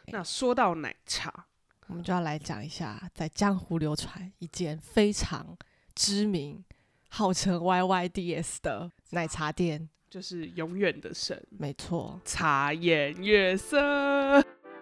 那说到奶茶， 我们就要来讲一下，在江湖流传一间非常知名、号称 YYDS 的奶茶店， 就是永远的神， 没错， 茶颜悦色。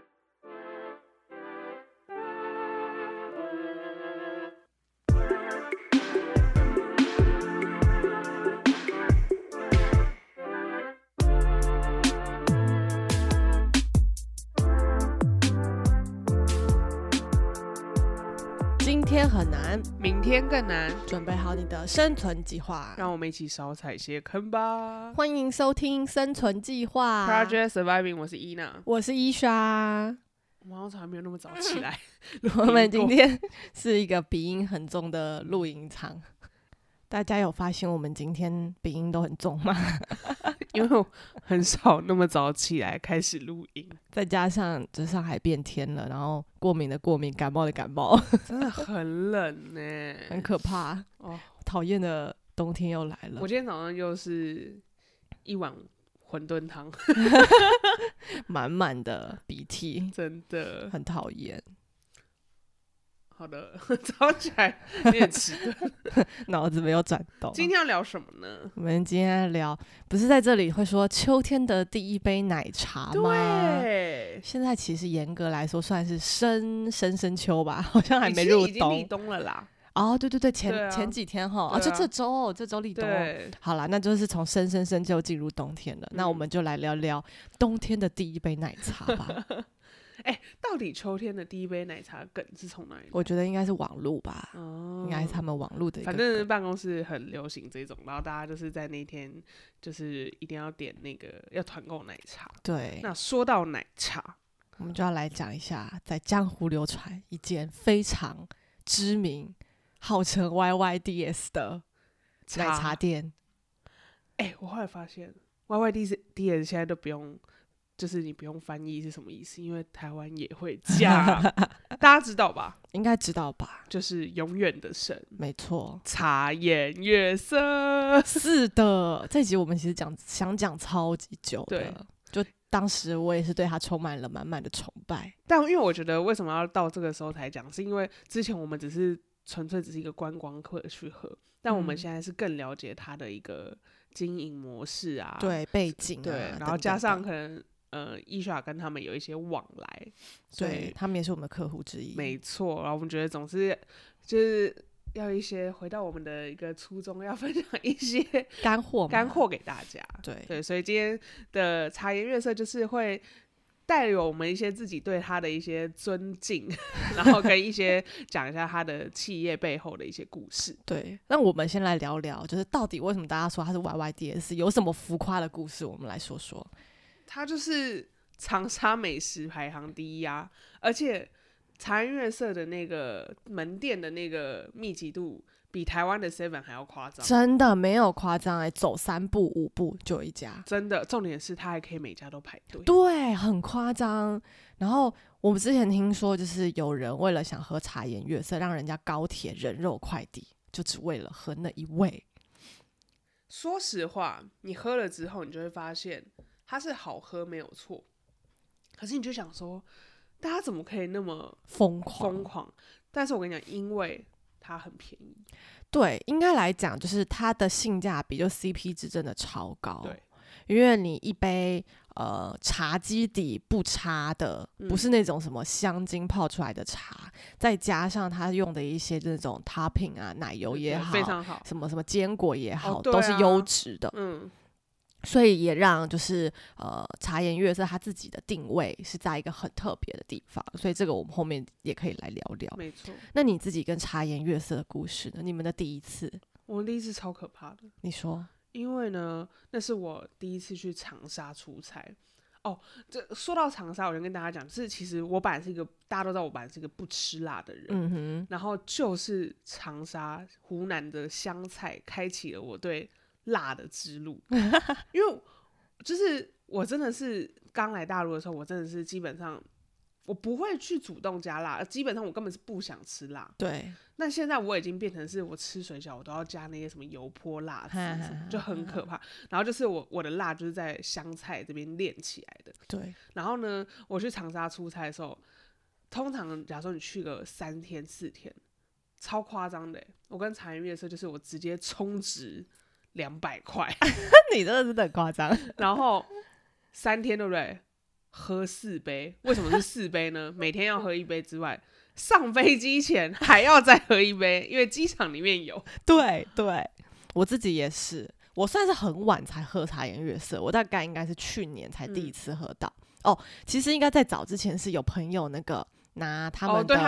今天很难， 明天更难， 准备好你的生存计划， 让我们一起少踩些坑吧。 欢迎收听生存计划 Project Surviving， 我是伊娜， 我是伊莎。 我们好像还没有那么早起来。 我们今天是一个鼻音很重的录音场，大家有发现我们今天鼻音都很重吗？ 因为我很少那么早起来开始录音， 再加上这上海变天了，然后过敏的过敏，感冒的感冒， 真的很冷呢， 很可怕哦！讨厌的冬天又来了。 我今天早上又是一碗馄饨汤， 满满的鼻涕， 真的很讨厌。 好的，早起来有点迟钝， 脑子没有转动。 今天要聊什么呢？ 我们今天聊，不是在这里会说秋天的第一杯奶茶吗？ 对， 现在其实严格来说算是深秋吧，好像还没入冬。 已经立冬了啦。 哦，对对对， 对啊、 前几天哈，就这周立冬。好啦，那就是从深就进入冬天了。那我们就来聊聊冬天的第一杯奶茶吧。 到底秋天的第一杯奶茶梗是从哪里来？ 我觉得应该是网路吧，应该是他们网路的一个梗。 反正办公室很流行这种，然后大家就是在那天就是一定要点那个要团购奶茶。 对， 那说到奶茶， 我们就要来讲一下，在江湖流传一间非常知名、号称 YYDS 的奶茶店。 我后来发现 YYDS 现在都不用。就是你不用翻译是什么意思，因为台湾也会加，大家知道吧？ 应该知道吧？ 就是永远的神， 没错， 茶颜悦色。 是的，这集我们其实想讲超级久的，就当时我也是对他充满了满满的崇拜。 但因为我觉得为什么要到这个时候才讲，是因为之前我们纯粹只是一个观光客去喝，但我们现在是更了解他的一个经营模式啊， 对背景啊， 对，然后加上可能。伊莎跟他们有一些往来， 对，他们也是我们的客户之一。 没错，然后我们觉得总是就是要一些回到我们的一个初衷，要分享一些干货给大家。对，所以今天的茶颜悦色就是会带有我们一些自己对他的一些尊敬，然后跟一些讲一下他的企业背后的一些故事。 对，那我们先来聊聊，就是到底为什么大家说他是 YYDS， 有什么浮夸的故事？我们来说说。 它就是长沙美食排行第一啊，而且茶颜悦色的那个门店的那个密集度比台湾的 Seven 还要夸张， 真的没有夸张走3步5步就有一家， 真的。重点是它还可以每家都排队， 对，很夸张。然后我们之前听说，就是有人为了想喝茶颜悦色，让人家高铁人肉快递，就只为了喝那一味。 说实话，你喝了之后，你就会发现。它是好喝没有错，可是你就想说，大家怎么可以那么疯狂？但是我跟你讲，因为它很便宜。 对，应该来讲，就是它的性价比，就 CP 值真的超高。 对， 因为你一杯茶基底不差的，不是那种什么香精泡出来的茶，再加上它用的一些那种 topping 啊，奶油也好， 非常好， 什么坚果也好，都是优质的。所以也让就是茶颜悦色它自己的定位是在一个很特别的地方，所以这个我们后面也可以来聊聊。 没错。 那你自己跟茶颜悦色的故事呢？你们的第一次？ 我们第一次超可怕的。 你说？ 因为呢，那是我第一次去长沙出差。这说到长沙，我就跟大家讲，就是其实我本来是一个大家都知道，我本来是一个不吃辣的人，然后就是长沙湖南的湘菜开启了我对。辣的之路，因为就是我真的是刚来大陆的时候，我真的是基本上我不会去主动加辣，基本上我根本是不想吃辣。 对。 那现在我已经变成是我吃水饺我都要加那些什么油泼辣子，就很可怕。然后就是我的辣就是在香菜这边练起来的。 对。 然后呢，我去长沙出差的时候，通常假如说你去个3天4天，超夸张的。我跟茶颜悦色就是我直接充值200块， 你真的很夸张。 然后3天对不对？喝4杯，为什么是4杯呢？每天要喝1杯之外，上飞机前还要再喝1杯，因为机场里面有。 对对，我自己也是，我算是很晚才喝茶颜悦色，我大概应该是去年才第一次喝到。其实应该在早之前是有朋友那个拿他们的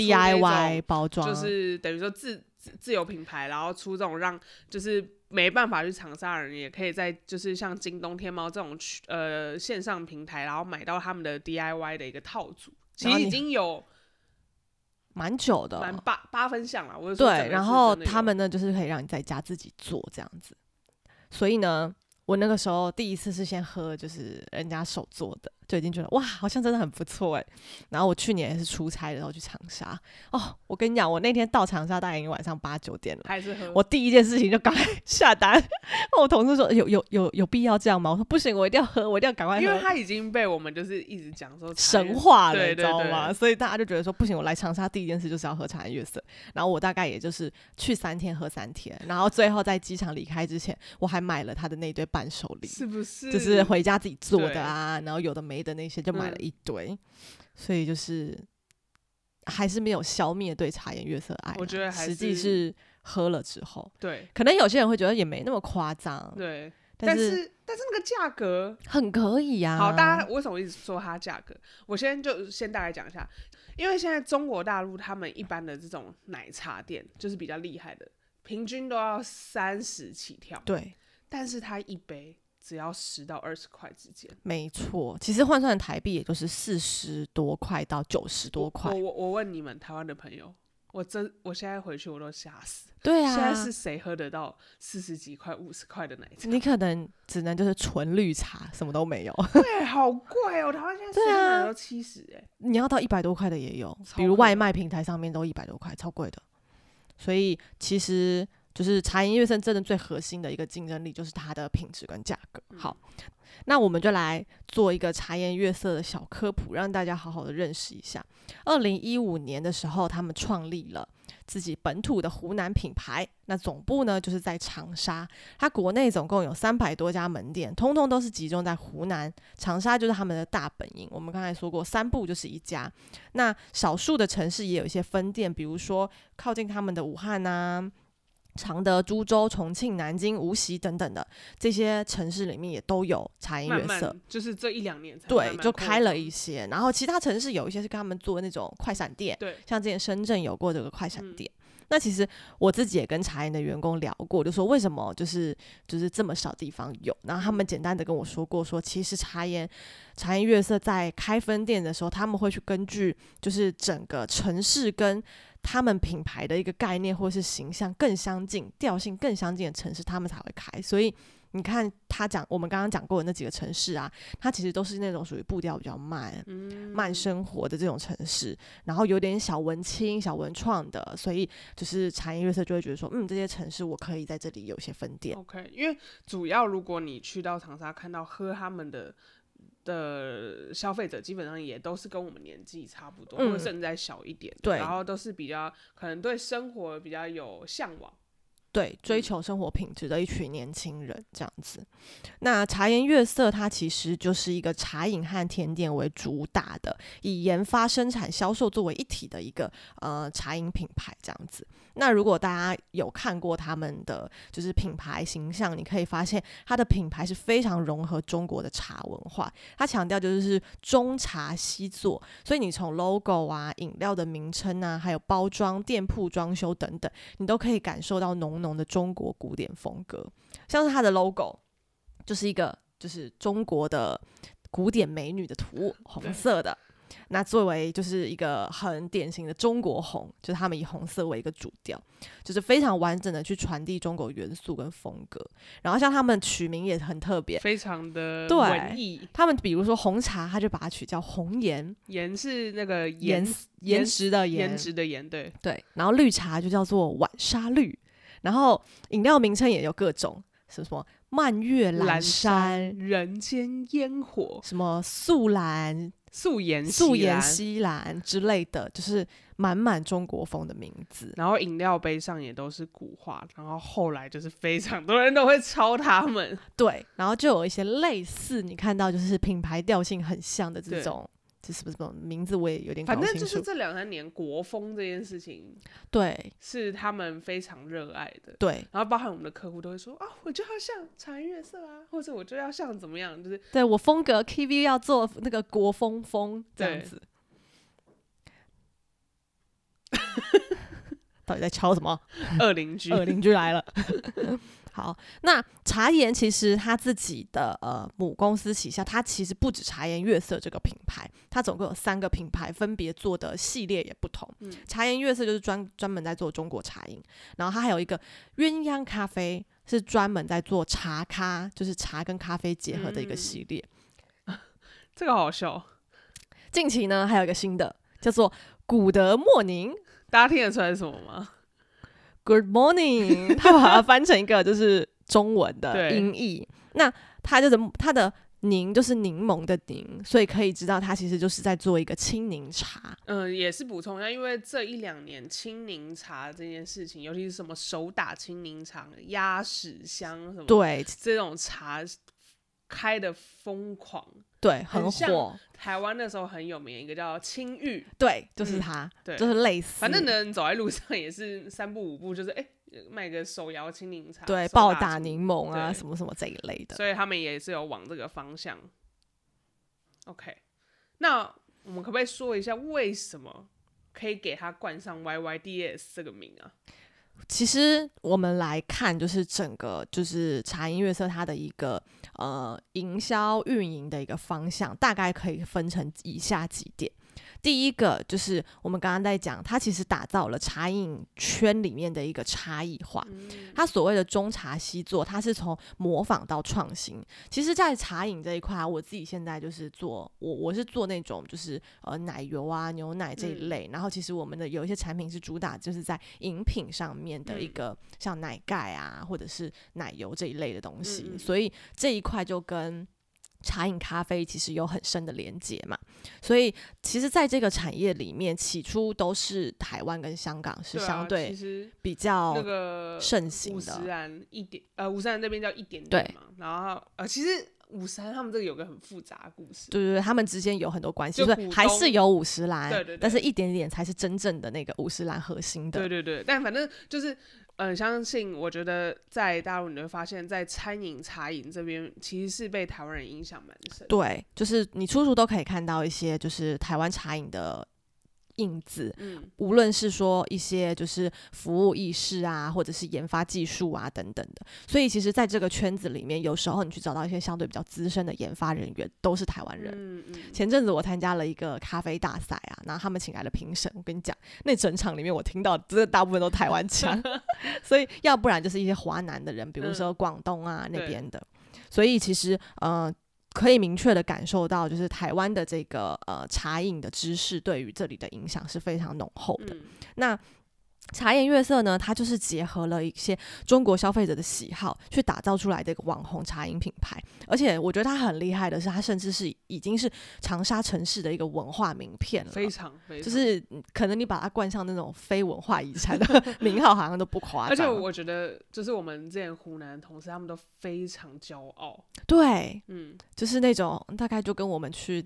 DIY 包装， 就是等于说自有品牌，然后出这种让就是没办法去长沙的人也可以在就是像京东、天猫这种线上平台，然后买到他们的 DIY 的一个套组，其实已经有蛮久的， 蛮八分像了。 对，然后他们呢就是可以让你在家自己做这样子，所以呢，我那个时候第一次是先喝就是人家手做的，就已经觉得哇，好像真的很不错哎。然后我去年也是出差的时候去长沙，我跟你讲，我那天到长沙大概已经晚上8、9点了， 还是喝。 我第一件事情就赶快下单。我同事说有必要这样吗？我说不行，我一定要喝，我一定要赶快喝， 因为他已经被我们就是一直讲说神话了， 对你知道吗？所以大家就觉得说不行，我来长沙第一件事就是要喝茶颜悦色。然后我大概也就是去3天喝3天，然后最后在机场离开之前，我还买了他的那堆伴手礼， 是不是？ 就是回家自己做的啊，然后有的没的那些就买了一堆，所以就是还是没有消灭对茶颜悦色爱。 我觉得还是实际是喝了之后， 对， 可能有些人会觉得也没那么夸张， 对，但是那个价格很可以啊。 好，大家为什么一直说它价格？我先大概讲一下，因为现在中国大陆他们一般的这种奶茶店就是比较厉害的，平均都要30起跳， 对， 但是它一杯只要10到20块之间， 没错。其实换算台币也就是40多块到90多块。 我问你们台湾的朋友，我现在回去我都吓死。 对啊， 现在是谁喝得到40几块、50块的奶茶？ 你可能只能就是纯绿茶，什么都没有。 对，好贵哦！台湾现在随便买都70 你要到100多块的也有，比如外卖平台上面都100多块，超贵的。所以其实就是茶颜悦色真的最核心的一个竞争力就是它的品质跟价格。好，那我们就来做一个茶颜悦色的小科普，让大家好好的认识一下。2015年的时候，他们创立了自己本土的湖南品牌，那总部呢就是在长沙，它国内总共有300多家门店，通通都是集中在湖南，长沙就是他们的大本营。我们刚才说过，3部就是1家，那少数的城市也有一些分店，比如说靠近他们的武汉啊、常德、株洲、重庆、南京、无锡等等的这些城市里面也都有茶颜悦色， 慢慢就是这1-2年才对，就开了一些。然后其他城市有一些是跟他们做那种快闪店， 对， 像之前深圳有过这个快闪店。那其实我自己也跟茶颜的员工聊过，就说为什么就是这么少地方有，然后他们简单的跟我说过，说其实茶颜悦色在开分店的时候，他们会去根据就是整个城市跟他们品牌的一个概念或是形象更相近、调性更相近的城市，他们才会开。所以你看我们刚刚讲过的那几个城市啊，它其实都是那种属于步调比较慢生活的这种城市，然后有点小文青、小文创的，所以就是茶颜悦色就会觉得说，这些城市我可以在这里有一些分店。 OK， 因为主要如果你去到长沙看到喝他们的消费者基本上也都是跟我们年纪差不多，或者甚至再小一点， 对， 然后都是比较可能对生活比较有向往， 对，追求生活品质的一群年轻人这样子。那茶颜悦色它其实就是一个茶饮和甜点为主打的，以研发、生产、销售作为一体的一个茶饮品牌这样子。那如果大家有看过他们的就是品牌形象，你可以发现它的品牌是非常融合中国的茶文化，它强调就是中茶西做，所以你从 logo 啊、饮料的名称啊，还有包装、店铺装修等等，你都可以感受到浓浓的中国古典风格。像是它的 logo 就是一个就是中国的古典美女的图，红色的。 那作为就是一个很典型的中国红，就是他们以红色为一个主调，就是非常完整的去传递中国元素跟风格。然后像他们取名也很特别， 非常的文艺。 他们比如说红茶，他就把它取叫红颜， 颜是那个颜值的颜， 颜值的颜，对对。然后绿茶就叫做晚沙绿，然后饮料名称也有各种，什么蔓越蓝山、 人间烟火， 什么素蓝、 素颜西兰之类的，就是满满中国风的名字。 然后饮料杯上也都是古画，然后后来就是非常多人都会抄他们。 对，然后就有一些类似你看到就是品牌调性很像的这种。这是不是名字我也有点搞不清楚， 反正就是这2-3年国风这件事情， 对， 是他们非常热爱的。 对， 然后包含我们的客户都会说啊，我就要像茶颜悦色啊，或者我就要像怎么样，就是对我风格 KV 要做那个国风这样子。到底在敲什么？ 恶邻居来了。好，那茶颜其实他自己的母公司旗下，它其实不止茶颜悦色这个品牌，它总共有3个品牌，分别做的系列也不同。茶颜悦色就是专门在做中国茶饮，然后它还有一个鸳鸯咖啡，是专门在做茶咖，就是茶跟咖啡结合的一个系列。 这个好笑。 近期呢，还有一个新的叫做古德莫宁， 大家听得出来是什么吗 ？Good morning， 他把它翻成一个就是中文的音译。那它的柠就是柠檬的柠，所以可以知道它其实就是在做一个青柠茶。 也是补充一下，因为这1-2年青柠茶这件事情，尤其是什么手打青柠茶、鸭屎香什么， 对， 这种茶开的疯狂， 对，很火。 台湾那时候很有名一个叫青玉， 对，就是它，对，就是类似。 反正人走在路上也是3步5步，就是卖个手摇青柠茶， 对，暴打柠檬啊，什么什么这一类的。 所以他们也是有往这个方向。OK， 那我们可不可以说一下为什么可以给它冠上 YYDS 这个名啊？ 其实我们来看，就是整个就是茶颜悦色它的一个营销运营的一个方向，大概可以分成以下几点。第一个就是我们刚刚在讲，它其实打造了茶饮圈里面的一个差异化。它所谓的中茶西做，它是从模仿到创新。其实，在茶饮这一块我自己现在就是做，我是做那种就是奶油啊、牛奶这一类。然后，其实我们的有一些产品是主打就是在饮品上面的一个像奶盖啊，或者是奶油这一类的东西。所以这一块就跟茶饮咖啡其实有很深的连结嘛，所以其实在这个产业里面，起初都是台湾跟香港是相对比较盛行的。 五十岚这边叫一点点嘛，然后其实五十岚他们这个有个很复杂的故事， 对，他们之间有很多关系，所以还是有五十岚， 对， 但是一点点才是真正的那个五十岚核心的， 对，但反正就是。相信我觉得在大陆你会发现，在餐饮、茶饮这边其实是被台湾人影响蛮深。 对，就是你处处都可以看到一些就是台湾茶饮的印子，无论是说一些就是服务意识啊，或者是研发技术啊等等的，所以其实在这个圈子里面，有时候你去找到一些相对比较资深的研发人员，都是台湾人。前阵子我参加了一个咖啡大赛啊，然后他们请来了评审，我跟你讲，那整场里面我听到真的大部分都台湾腔，所以要不然就是一些华南的人，比如说广东啊那边的，所以其实可以明确的感受到，就是台湾的这个茶饮的知识对于这里的影响是非常浓厚的。那茶颜悦色呢，它就是结合了一些中国消费者的喜好，去打造出来的一个网红茶饮品牌。而且我觉得它很厉害的是，它甚至是已经是长沙城市的一个文化名片了， 非常就是可能你把它冠上那种非文化遗产的名号，好像都不夸张。 而且我觉得，就是我们之前湖南的同事，他们都非常骄傲。 对，就是那种大概就跟我们去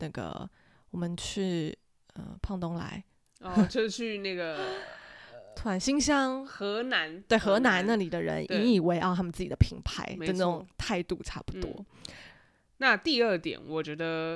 胖东来， 就是去那个。 突然新乡河南那里的人引以为傲他们自己的品牌的那种态度差不多。 那第二点，我觉得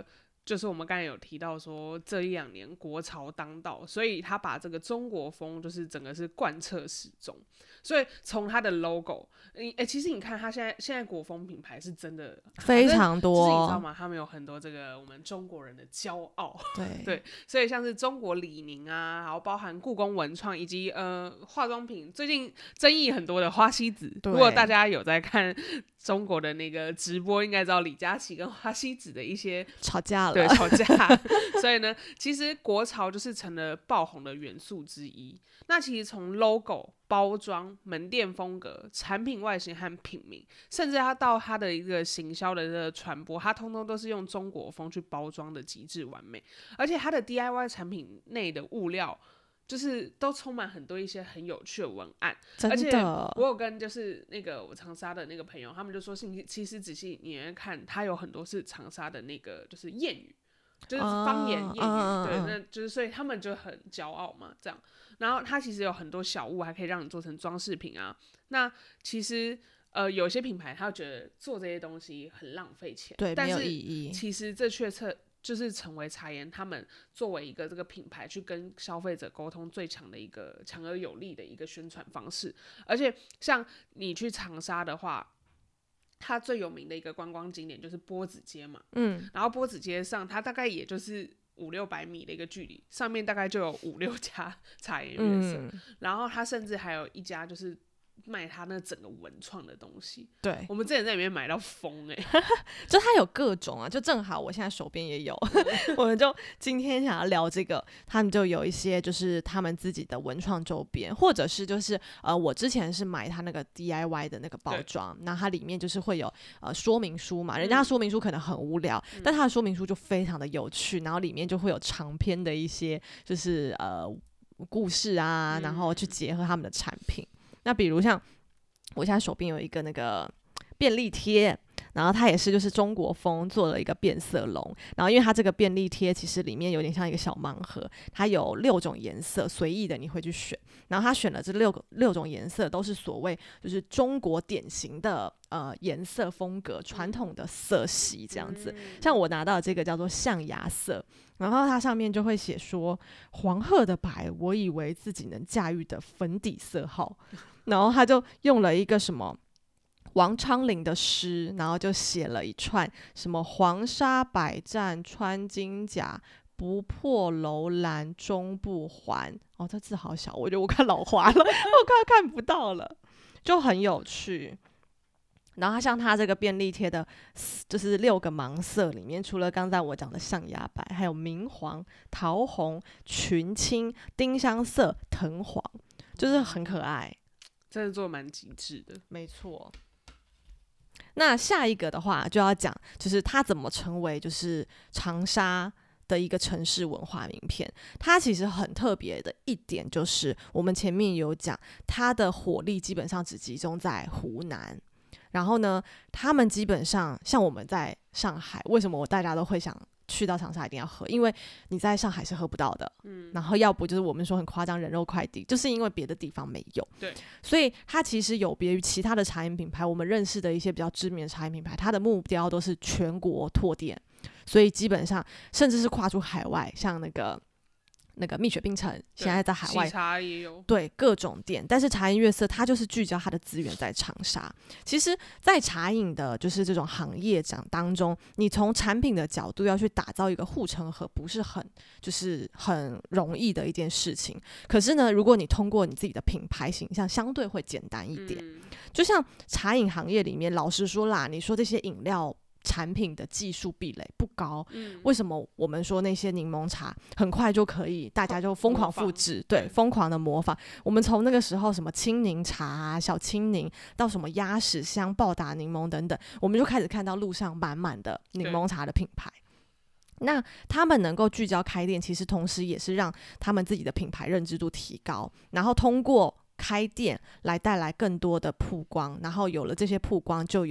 就是我们刚才有提到说这1-2年国潮当道，所以他把这个中国风就是整个是贯彻始终。所以从他的 logo，其实你看他现在国风品牌是真的非常多， 就是你知道吗？他们有很多这个我们中国人的骄傲，对，所以像是中国李宁啊，然后包含故宫文创以及化妆品，最近争议很多的花西子，如果大家有在看中国的那个直播，应该知道李佳琦跟花西子的一些吵架了， 对，吵架。所以呢，其实国潮就是成了爆红的元素之一。那其实从 logo、包装、门店风格、产品外形和品名，甚至它到它的一个行销的这个传播，它通通都是用中国风去包装的极致完美。而且它的 DIY 产品内的物料，就是都充满很多一些很有趣的文案。而且我有跟就是那个我长沙的那个朋友，他们就说其实仔细你看，它有很多是长沙的那个就是谚语。就是方言谚语，对，那就是所以他们就很骄傲嘛，这样。然后它其实有很多小物，还可以让你做成装饰品啊。那其实有些品牌他觉得做这些东西很浪费钱， 对， 但是没有意义。 其实这确实就是成为茶颜他们作为一个这个品牌去跟消费者沟通最强的一个强而有力的一个宣传方式。而且像你去长沙的话，它最有名的一个观光景点就是波子街嘛，然后波子街上它大概也就是500-600米的一个距离，上面大概就有5-6家茶颜悦色，然后它甚至还有一家就是卖它那整个文创的东西， 对， 我们之前在里面买到疯就它有各种啊，就正好我现在手边也有我们就今天想要聊这个，他们就有一些就是他们自己的文创周边，或者是就是我之前是买它那个 DIY 的那个包装，那它里面就是会有说明书嘛，人家说明书可能很无聊，但它的说明书就非常的有趣，然后里面就会有长篇的一些就是故事啊，然后去结合他们的产品。那比如像我现在手边有一个那个便利贴，然后它也是就是中国风做了一个变色龙，然后因为它这个便利贴其实里面有点像一个小盲盒，它有6种颜色，随意的你会去选，然后它选了这六种颜色都是所谓就是中国典型的颜色风格，传统的色系这样子。像我拿到的这个叫做象牙色，然后它上面就会写说黄褐的白，我以为自己能驾驭的粉底色号，然后他就用了一个什么王昌龄的诗，然后就写了一串什么黄沙百战穿金甲，不破楼兰终不还。哦，这字好小，我觉得我看老花了我看不到了，就很有趣。然后像它这个便利贴的就是6个盲色里面，除了刚才我讲的象牙白，还有明黄、桃红、群青、丁香色、藤黄，就是很可爱， 真的做蛮极致的。 没错。那下一个的话就要讲就是它怎么成为就是长沙的一个城市文化名片。它其实很特别的一点就是我们前面有讲，它的火力基本上只集中在湖南，然后呢他们基本上像我们在上海，为什么大家都会想去到长沙一定要喝，因为你在上海是喝不到的，然后要不就是我们说很夸张人肉快递，就是因为别的地方没有， 对， 所以它其实有别于其他的茶饮品牌，我们认识的一些比较知名的茶饮品牌，它的目标都是全国拓店，所以基本上甚至是跨出海外，像那个蜜雪冰城现在在海外喜茶也有， 对，各种店，但是茶颜悦色它就是聚焦它的资源在长沙。其实在茶饮的就是这种行业当中，你从产品的角度要去打造一个护城河，不是很容易的一件事情。可是呢，如果你通过你自己的品牌形象，相对会简单一点。就像茶饮行业里面，老实说啦，你说这些饮料产品的技术壁垒不高，为什么我们说那些柠檬茶很快就可以大家就疯狂复制，对，疯狂的模仿。我们从那个时候什么青柠茶啊、小青柠到什么鸭屎香、暴打柠檬等等，我们就开始看到路上满满的柠檬茶的品牌。那他们能够聚焦开店，其实同时也是让他们自己的品牌认知度提高，然后通过开店来带来更多的曝光，然后有了这些曝光就有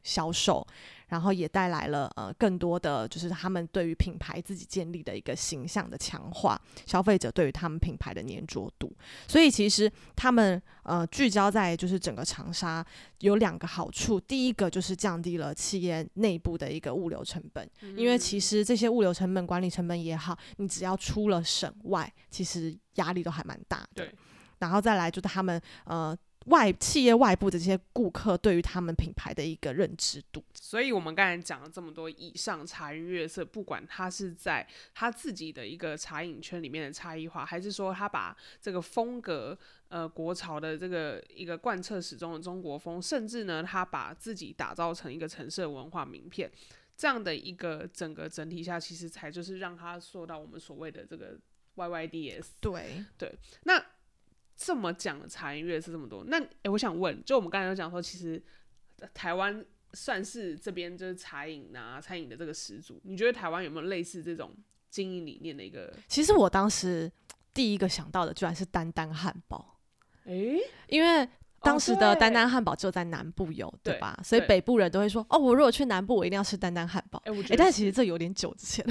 销售，然后也带来了更多的就是他们对于品牌自己建立的一个形象的强化，消费者对于他们品牌的粘着度。所以其实他们聚焦在就是整个长沙有2个好处，第一个就是降低了企业内部的一个物流成本，因为其实这些物流成本、管理成本也好，你只要出了省外，其实压力都还蛮大的。 对， 然后再来就是他们企业外部的这些顾客对于他们品牌的一个认知度。 所以我们刚才讲了这么多以上茶颜悦色，不管他是在他自己的一个茶饮圈里面的差异化，还是说他把这个风格国潮的这个一个贯彻始终的中国风，甚至呢他把自己打造成一个城市的文化名片，这样的一个整个整体下，其实才就是让他受到我们所谓的这个 YYDS。 对，那这么讲的茶颜悦色这么多，那我想问，就我们刚才有讲说，其实台湾算是这边就是茶饮啊餐饮的这个始祖，你觉得台湾有没有类似这种经营理念的一个？ 其实我当时第一个想到的居然是丹丹汉堡，因为当时的丹丹汉堡只有在南部有，对吧？所以北部人都会说，我如果去南部，我一定要吃丹丹汉堡。但其实这有点久之前，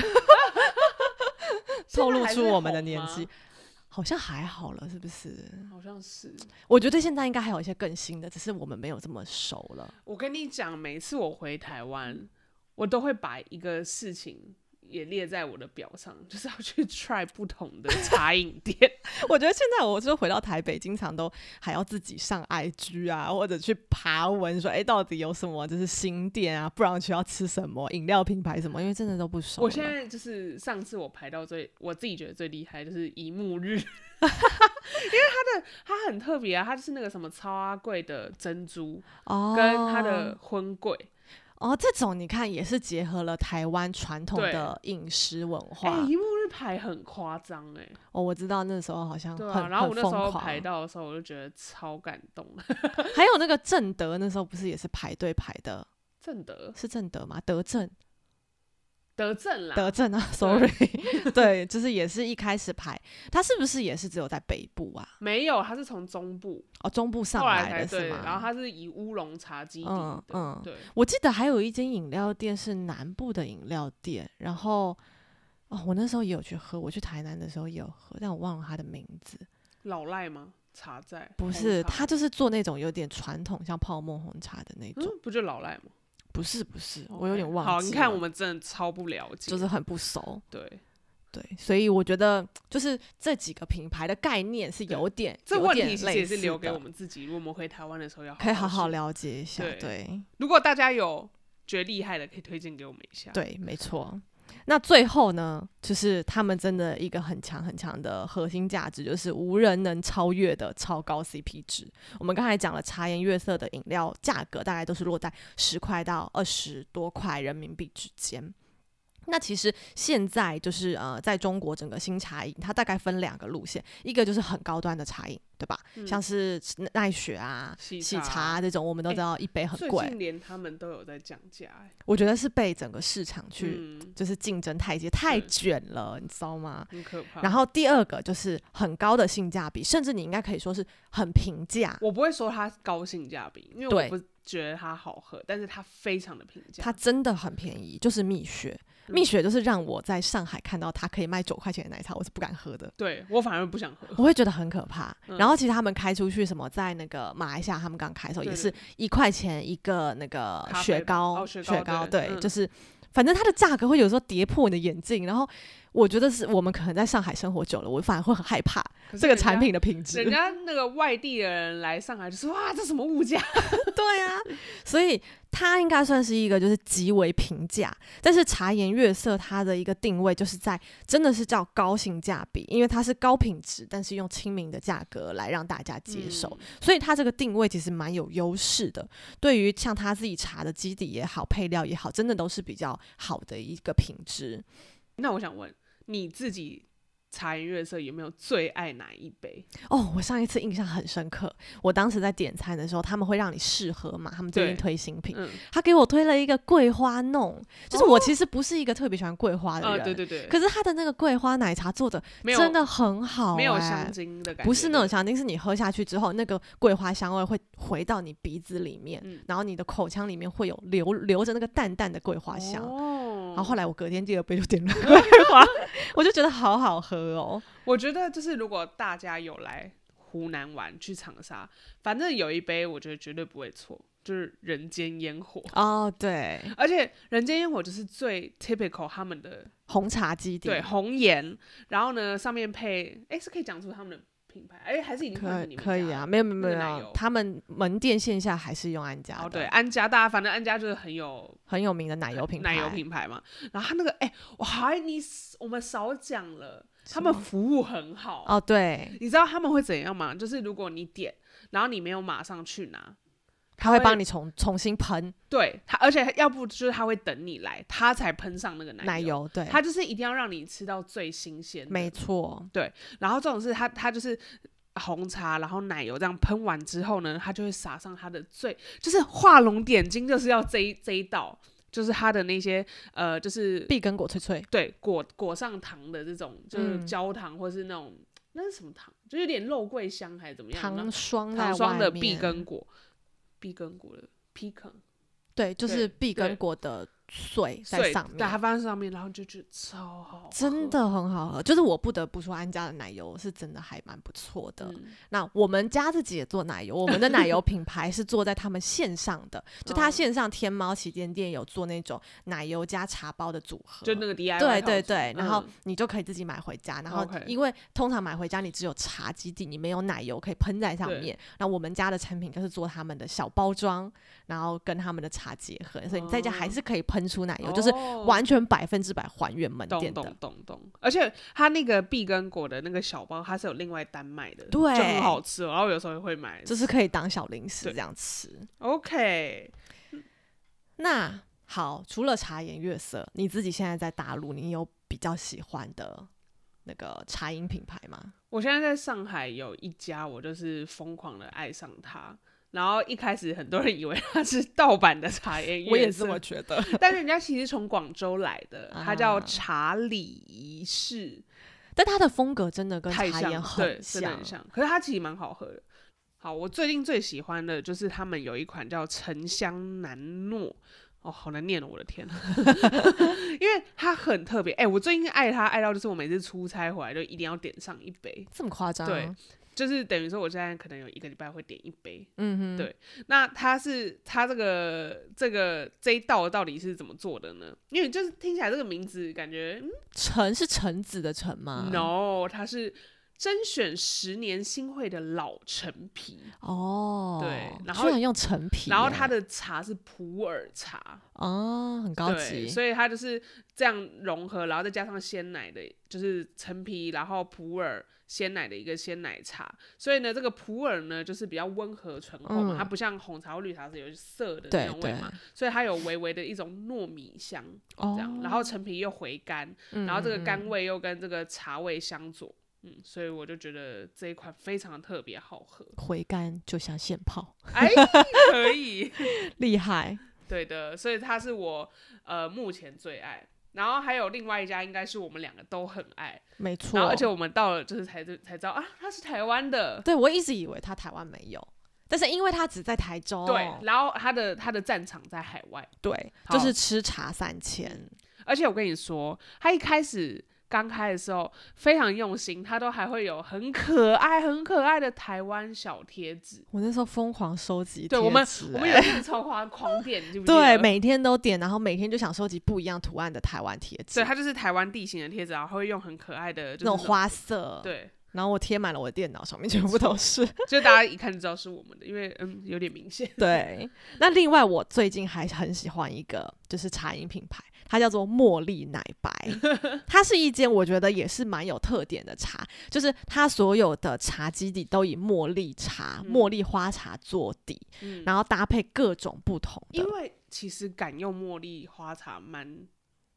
透露出我们的年纪。好像还好了，是不是？ 好像是。 我觉得现在应该还有一些更新的，只是我们没有这么熟了。 我跟你讲，每次我回台湾，我都会把一个事情也列在我的表上，就是要去 try 不同的茶饮店。 我觉得现在我就回到台北，经常都还要自己上 IG 啊，或者去爬文说，到底有什么就是新店啊，不然去要吃什么饮料品牌什么，因为真的都不熟了。 我现在就是上次我排到我自己觉得最厉害就是一沐日。因为它很特别啊，它就是那个什么超阿贵的珍珠，跟它的荤桂。 这种你看也是结合了台湾传统的饮食文化。 一沐日排很夸张我知道那时候好像很然后我那时候排到的时候，我就觉得超感动。 还有那个正德那时候不是也是排队排的？ 正德是正德吗？德政啦， 啊 ，sorry， 对，就是也是一开始排，它是不是也是只有在北部啊？ 没有，它是从中部中部上来的是吗？ 然后它是以乌龙茶基底的，对。 我记得还有一间饮料店是南部的饮料店，然后我那时候也有去喝，我去台南的时候也有喝，但我忘了它的名字。 老赖吗？茶在？ 不是，它就是做那种有点传统像泡沫红茶的那种， 不就老赖吗？ 不是，我有点忘记了。 好，你看我们真的超不了解， 就是很不熟。 对， 所以我觉得就是这几个品牌的概念是有点这问题其实也是留给我们自己，如果我们回台湾的时候可以好好了解一下。对， 如果大家有觉得厉害的，可以推荐给我们一下。 对，没错。那最后呢，就是他们真的一个很强很强的核心价值，就是无人能超越的超高 CP 值。我们刚才讲了茶颜悦色的饮料价格大概都是落在10块到20多块人民币之间。那其实现在就是在中国整个新茶饮，它大概分2个路线，一个就是很高端的茶饮，对吧？像是奈雪啊、喜茶这种，我们都知道一杯很贵。 最近连他们都有在降价。 我觉得是被整个市场去就是竞争太卷了，你知道吗？ 很可怕。 然后第2个就是很高的性价比，甚至你应该可以说是很平价。 我不会说它高性价比，因为我不觉得它好喝，但是它非常的平价。 它真的很便宜，就是蜜雪。蜜雪就是让我在上海看到它可以卖9块钱的奶茶，我是不敢喝的。 对，我反而不想喝， 我会觉得很可怕。然后其实他们开出去什么，在那个马来西亚，他们刚开的时候也是1块钱一个那个雪糕，对，就是反正它的价格会有时候跌破你的眼镜。然后我觉得是我们可能在上海生活久了，我反而会很害怕这个产品的品质。 人家那个外地的人来上海就说哇，这什么物价？ 对啊，所以它应该算是一个就是极为平价，但是茶颜悦色它的一个定位就是在真的是叫高性价比，因为它是高品质，但是用亲民的价格来让大家接受，所以它这个定位其实蛮有优势的。对于像它自己茶的基底也好，配料也好，真的都是比较好的一个品质。 那我想问你自己茶颜悦色有没有最爱哪一杯？ 哦，我上一次印象很深刻，我当时在点餐的时候，他们会让你试喝嘛，他们最近推新品，他给我推了一个桂花弄，就是我其实不是一个特别喜欢桂花的人， 对对对， 可是他的那个桂花奶茶做的真的很好， 没有香精的感觉， 不是那种香精，是你喝下去之后，那个桂花香味会回到你鼻子里面，然后你的口腔里面会有留着那个淡淡的桂花香。然后后来我隔天第二杯就点了桂花，我就觉得好好喝哦。 我觉得就是如果大家有来湖南玩去长沙，反正有一杯我觉得绝对不会错，就是人间烟火。 哦，对， 而且人间烟火就是最 typical 他们的红茶基底， 对，红颜，然后呢上面配，是可以讲出他们的品牌，还是已经换成你们家？ 可以啊，没有，他们门店线下还是用安佳的。 哦，对，安佳，大家反正安佳就是很有名的奶油品牌嘛。然后他那个，我们少讲了，他们服务很好哦。对， 你知道他们会怎样吗？就是如果你点，然后你没有马上去拿， 他会帮你重新喷。 对，而且要不就是他会等你来，他才喷上那个奶油。 对， 他就是一定要让你吃到最新鲜的。 没错。 对，然后这种是他就是红茶，然后奶油这样喷完之后呢，他就会撒上他的就是画龙点睛，就是要这一道。就是它的那些就是碧根果脆脆， 对，裹上糖的这种，就是焦糖或是那种那是什么糖，就有点肉桂香还是怎么样？ 糖霜的碧根果的 pecan， 对，就是碧根果的碎在上面， 对，它放在上面，然后就觉得超好喝， 真的很好喝。就是我不得不说，安佳的奶油是真的还蛮不错的。那我们家自己也做奶油，我们的奶油品牌是做在他们线上的，就他线上天猫旗舰店有做那种奶油加茶包的组合， 就那个 DIY 对，然后你就可以自己买回家，然后因为通常买回家你只有茶基底，你没有奶油可以喷在上面。那我们家的产品就是做他们的小包装，然后跟他们的茶结合，所以你在家还是可以喷出奶油，就是完全100%还原门店的。 懂。而且它那个碧根果的那个小包，它是有另外单卖的， 对， 就很好吃。然后有时候也会买， 就是可以当小零食这样吃。 OK， 那好，除了茶颜悦色，你自己现在在大陆，你有比较喜欢的那个茶饮品牌吗？ 我现在在上海有一家，我就是疯狂的爱上它。然后一开始很多人以为它是盗版的茶颜悦色， 我也这么觉得。 但是人家其实从广州来的，它叫茶礼仪式， 但它的风格真的跟茶颜很像，真的很像。可是它其实蛮好喝的。好，我最近最喜欢的就是他们有一款叫沉香南糯。哦，好难念哦，我的天！因为它很特别，我最近爱它爱到就是我每次出差回来就一定要点上一杯， 这么夸张？ 对，就是等于说我现在可能有1个礼拜会点一杯。对。那它这一道到底是怎么做的呢？因为就是听起来这个名字感觉橙是橙子的橙吗 ？No， 它是甄选10年新会的老陈皮哦， 对，然后居然用陈皮， 然后它的茶是普洱茶哦，很高级， 所以它就是这样融合，然后再加上鲜奶的，就是陈皮，然后普洱鲜奶的一个鲜奶茶，所以呢，这个普洱呢就是比较温和醇厚嘛，它不像红茶或绿茶是有涩的那种味嘛，所以它有微微的一种糯米香，这样，然后陈皮又回甘，然后这个甘味又跟这个茶味相佐。所以我就觉得这一款非常特别好喝， 回甘就像现泡， 可以， 厉害， 对的，所以它是我目前最爱，然后还有另外一家应该是我们2个都很爱， 没错， 然后而且我们到了就是才知道啊，它是台湾的， 对，我一直以为它台湾没有，但是因为它只在台中， 对，然后它的战场在海外， 对，就是吃茶3000， 而且我跟你说，它一开始刚开的时候非常用心，它都还会有很可爱的台湾小贴纸。 我那时候疯狂收集贴纸， 对，我们有一次超狂点，你记不记得？ 对，每天都点，然后每天就想收集不一样图案的台湾贴纸。 对，它就是台湾地形的贴纸，然后会用很可爱的、就是、 那种花色。 对。 然后我贴满了我的电脑上面，全部都是， 就大家一看就知道是我们的，因为有点明显。 对，那另外我最近还很喜欢一个就是茶饮品牌，它叫做茉莉奶白，它是一间我觉得也是蛮有特点的茶，就是它所有的茶基底都以茉莉茶、茉莉花茶做底，然后搭配各种不同的。 因为其实敢用茉莉花茶蛮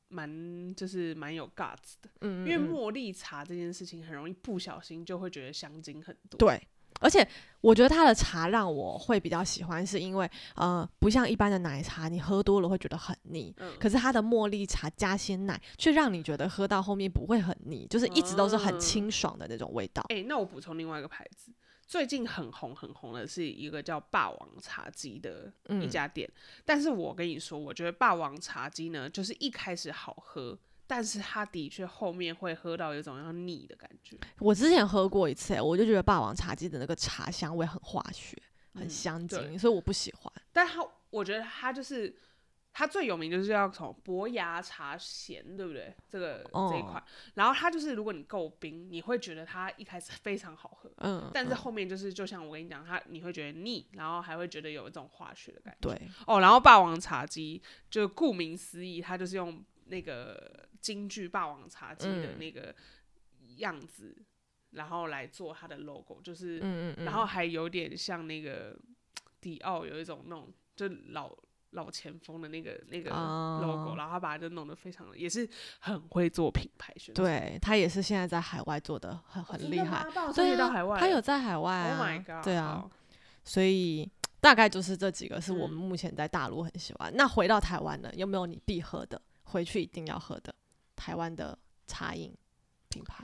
就是蛮有 guts 的，因为茉莉茶这件事情很容易不小心就会觉得香精很多。 对，而且我觉得它的茶让我会比较喜欢，是因为不像一般的奶茶，你喝多了会觉得很腻，可是它的茉莉茶加鲜奶却让你觉得喝到后面不会很腻，就是一直都是很清爽的那种味道。 那我补充另外一个牌子。最近很红的是一个叫霸王茶姬的一家店，但是我跟你说，我觉得霸王茶姬呢，就是一开始好喝，但是它的确后面会喝到有一种要腻的感觉。 我之前喝过一次，我就觉得霸王茶姬的那个茶香味很化学，很香精，所以我不喜欢。 但我觉得它就是它最有名就是要什么伯牙茶咸，对不对？这一款，然后它就是如果你够冰，你会觉得它一开始非常好喝，但是后面就是就像我跟你讲，你会觉得腻，然后还会觉得有一种化学的感觉。对然后霸王茶姬就顾名思义，它就是用那个京剧霸王茶姬的那个样子，然后来做它的 logo， 就是然后还有点像那个迪奥有一种那种就老前锋的那个 logo， 然后他把它就弄得非常的，也是很会做品牌宣传。 对，他也是现在在海外做的很厉害。 对啊，他有在海外啊。 Oh my god！ 对啊，所以大概就是这几个是我们目前在大陆很喜欢。那回到台湾呢，有没有你必喝的，回去一定要喝的台湾的茶饮品牌？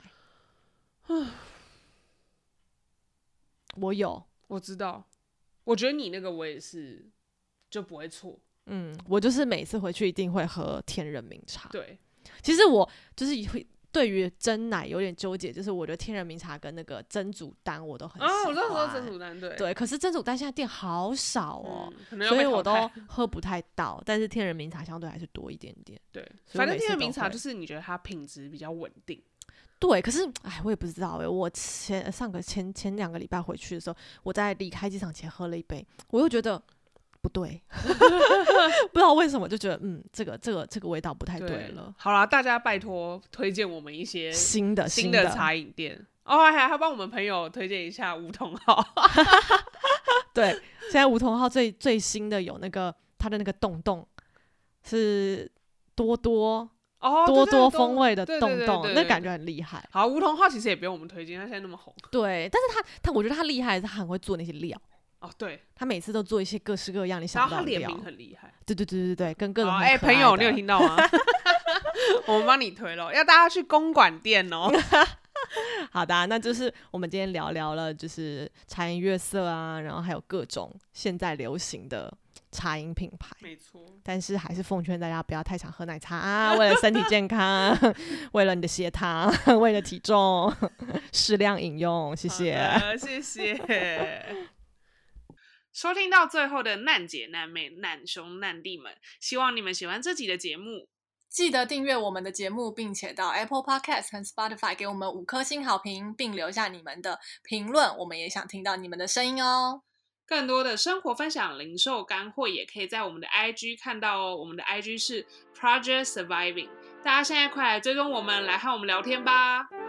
我有， 我知道。我觉得你那个我也是。就不会错。 我就是每次回去一定会喝天人茗茶。 对， 其实我就是对于珍奶有点纠结，就是我觉得天人茗茶跟那个珍煮丹我都很喜欢。 我知道说珍煮丹，对， 可是珍煮丹现在店好少所以我都喝不太到。但是天人茗茶相对还是多一点点。 对，反正天人茗茶就是你觉得它品质比较稳定。 对，可是我也不知道我前2个礼拜回去的时候，我在离开机场前喝了一杯，我又觉得不对不知道为什么就觉得这个味道不太对了。 好啦，大家拜托推荐我们一些新的茶饮店还帮我们朋友推荐一下梧桐号对，现在梧桐号最新的有那个它的那个洞洞是多多风味的洞洞，那感觉很厉害。 好，梧桐号其实也不用我们推荐，它现在那么红。 对，但是我觉得他厉害的是他很会做那些料。 对， 他每次都做一些各式各样你想不到的料， 然后他联名很厉害。 对，跟各种朋友，你有听到吗？我们帮你推咯，要大家去公馆店哦。 好的，那就是我们今天聊了，就是茶颜悦色啊，然后还有各种现在流行的茶饮品牌。 没错， 但是还是奉劝大家不要太常喝奶茶啊，为了身体健康为了你的血糖为了体重适量饮用，谢谢。 谢谢收听到最后的难姐难妹难兄难弟们，希望你们喜欢这集的节目， 记得订阅我们的节目，并且到 Apple Podcast 和 Spotify 给我们5颗星好评，并留下你们的评论，我们也想听到你们的声音哦。 更多的生活分享、零售干货也可以在我们的 IG 看到哦，我们的 IG 是 Project Surviving， 大家现在快来追踪我们，来和我们聊天吧。